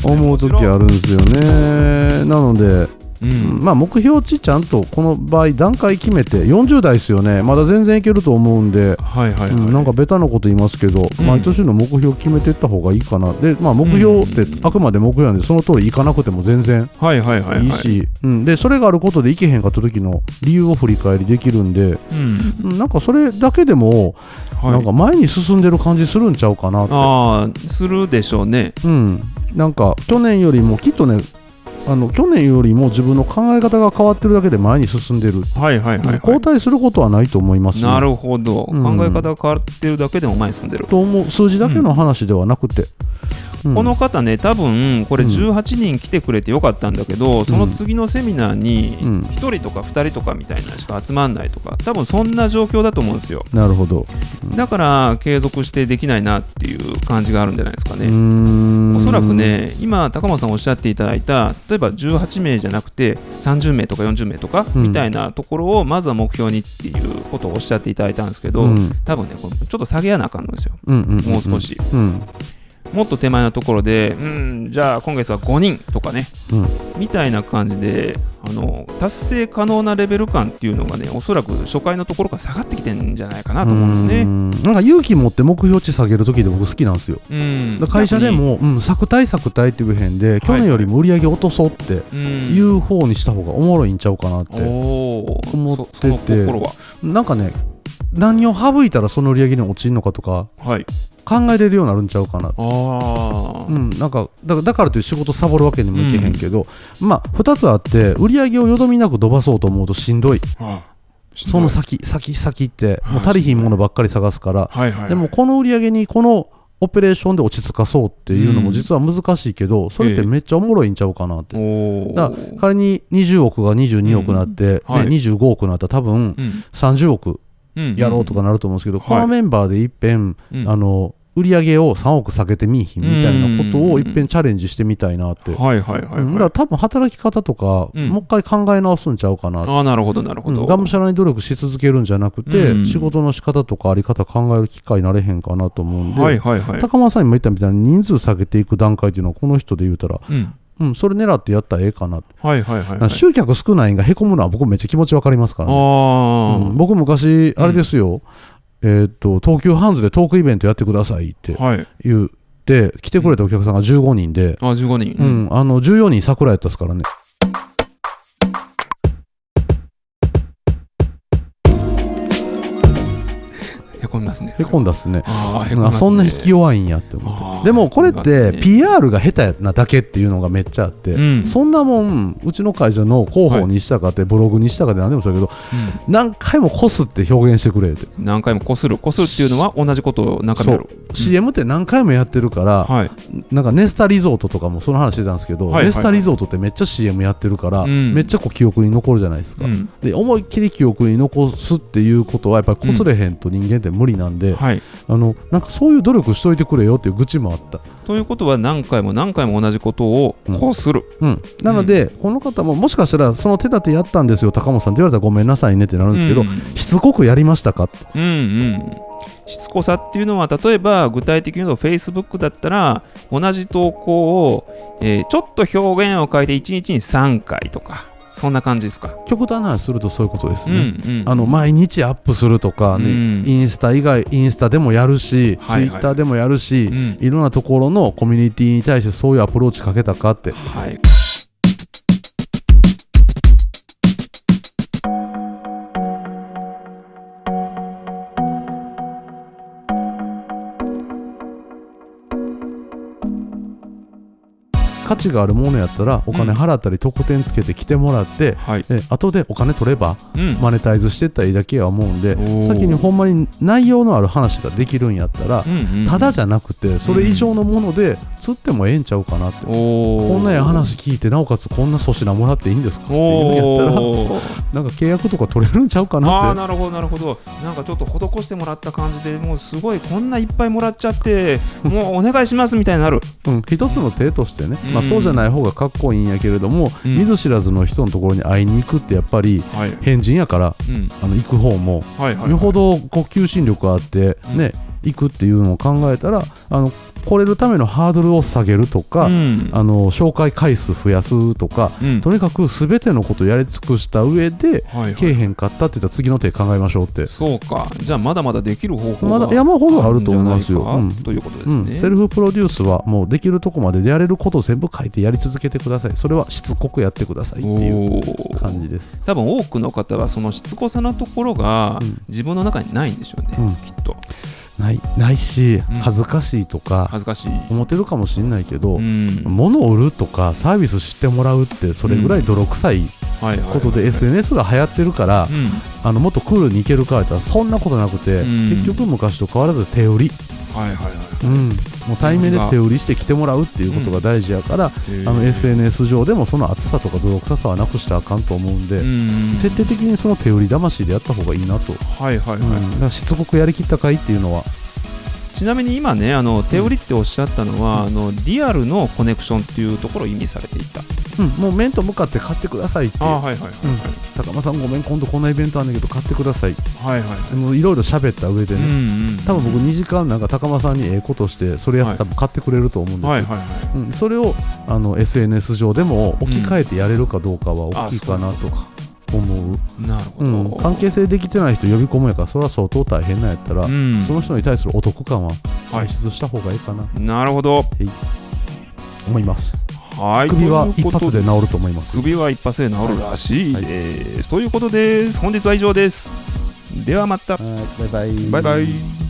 思う時あるんですよね。なのでまあ目標値ちゃんとこの場合段階決めて40代ですよね。まだ全然いけると思うんで、なんかベタなこと言いますけど、毎年の目標決めていった方がいいかな。で、まあ目標ってあくまで目標なんで、その通りいかなくても全然いいし、でそれがあることでいけへんかった時の理由を振り返りできるんで、なんかそれだけでもなんか前に進んでる感じするんちゃうかなって。 ああ、するでしょうね。 なんか去年よりもきっとね、去年よりも自分の考え方が変わってるだけで前に進んでる。後退することはないと思います、ね。 なるほど、考え方が変わってるだけでも前に進んでると思う。数字だけの話ではなくて、 この方ね、多分これ18人来てくれてよかったんだけど、その次のセミナーに1人とか2人とかみたいなしか集まんないとか、多分そんな状況だと思うんですよ。 なるほど。 だから継続してできないなっていう感じがあるんじゃないですかね。おそらくね、今高松さんおっしゃっていただいた、例えば18名じゃなくて30名とか40名とかみたいなところをまずは目標にっていうことをおっしゃっていただいたんですけど、多分ね、ちょっと下げやなあかんのですよ。もう少し。もっと手前のところで、じゃあ今月は5人とかね、みたいな感じで達成可能なレベル感っていうのがね、おそらく初回のところから下がってきてんじゃないかなと思うんですね。 なんか勇気持って目標値下げるときで僕好きなんですよ。会社でも作対って言えへんで、去年よりも売り上げ落とそうっていう方にした方がおもろいんちゃうかなって思ってて、なんかね、何を省いたらその売り上げに落ちるのかとか、考えれるようになるんちゃうかな。なんかだからという仕事サボるわけにもいけへんけど、まあ2つあって、売り上げをよどみなく伸ばそうと思うとしんどい。その先ってもう足りひんものばっかり探すから、でもこの売り上げにこのオペレーションで落ち着かそうっていうのも実は難しいけど、それってめっちゃおもろいんちゃうかなって。だから仮に20億が22億になって、25億になったら多分30億やろうとかなると思うんですけど、このメンバーでいっぺん売り上げを3億下げてみいひんみたいなことをいっぺんチャレンジしてみたいなって。だから多分働き方とかもう一回考え直すんちゃうかな。 なるほどなるほど。 がむしゃらに努力し続けるんじゃなくて、仕事の仕方とかあり方考える機会になれへんかなと思うんで、高間さんにも言ったみたいに人数下げていく段階っていうのはこの人で言うたら、それ狙ってやったらええかな。集客少ないんがへこむのは僕めっちゃ気持ち分かりますからね。僕昔あれですよ、東急ハンズでトークイベントやってくださいって言って来てくれたお客さんが15人で、 15人、 14人桜やったっすからね。 へこみますね。 へこんだっすね。そんな引き弱いんやって思って。でもこれって PR が下手なだけっていうのがめっちゃあって、そんなもんうちの会社の広報にしたかってブログにしたかって何でもそうだけど、何回もこすって表現してくれって。 何回もこするっていうのは同じことを何回もやる。 CM って何回もやってるから、なんかネスタリゾートとかもその話してたんですけど、ネスタリゾートってめっちゃ CM やってるから、めっちゃこう記憶に残るじゃないですか。で思いっきり記憶に残すっていうことはやっぱりこすれへんと人間って無理なんで、なんかそういう努力しといてくれよっていう愚痴もあった。 ということは何回も何回も同じことをこうする。 なので、この方ももしかしたらその手立てやったんですよ高本さんって言われたらごめんなさいねってなるんですけど、しつこくやりましたかって。しつこさっていうのは、例えば具体的に言うと Facebook だったら同じ投稿を、ちょっと表現を変えて1日に3回とか。そんな感じですか。極端な話するとそういうことですね。毎日アップするとか、インスタでもやるし、ツイッターでもやるし、いろんなところのコミュニティに対してそういうアプローチかけたかって。価値があるものやったらお金払ったり特典つけて来てもらって、後でお金取ればマネタイズしていったらいいだけは思うんで、先にほんまに内容のある話ができるんやったら、ただじゃなくてそれ以上のもので釣ってもええんちゃうかなって。こんな話聞いてなおかつこんな粗品もらっていいんですかっていうんやったら、なんか契約とか取れるんちゃうかなって。 なるほどなるほど。なんかちょっと施してもらった感じで、もうすごいこんないっぱいもらっちゃってもうお願いしますみたいになる。 一つの手としてね、そうじゃない方がかっこいいんやけれども、見ず知らずの人のところに会いに行くってやっぱり変人やから、行く方もよほど求心力あってね、行くっていうのを考えたら、 来れるためのハードルを下げるとか、紹介回数増やすとか、とにかく全てのことをやり尽くした上で、けえへんかったって言ったら次の手考えましょうって。 そうか、じゃあまだまだできる方法がまだ山ほどあると思いますよ。 ということですね。 セルフプロデュースはもうできるとこまででやれることを全部書いてやり続けてください。それはしつこくやってくださいっていう感じです。 多分多くの方はそのしつこさのところが自分の中にないんでしょうね、きっと。 ないし、恥ずかしいとか思ってるかもしれないけど、物を売るとかサービスしてもらうってそれぐらい泥臭いことで SNS が流行ってるから、もっとクールにいけるかって言ったらそんなことなくて、結局昔と変わらず手売り、もう対面で手売りして来てもらうっていうことが大事やから、SNS 上でもその熱さとか泥臭さはなくしたらあかんと思うんで、徹底的にその手売り魂でやった方がいいなと。だからしつこくやりきったかいっていうのは。 ちなみに今ね、手売りっておっしゃったのは、リアルのコネクションっていうところを意味されていた。 もう面と向かって買ってくださいって。高間さんごめん、今度こんなイベントあるんだけど買ってくださいって。もういろいろ喋った上でね、多分僕2時間なんか高間さんにええことしてそれやったら買ってくれると思うんですよ。それをSNS 上でも置き換えてやれるかどうかは大きいかなとか思う。 なるほど。 関係性できてない人呼び込むやから、それは相当大変なんやったら、その人に対するお得感は排出した方がいいかな。 なるほど。 思います。 はい、 首は一発で治ると思います。 首は一発で治るらしいです。ということです。本日は以上です。ではまた。 バイバイ。 バイバイ。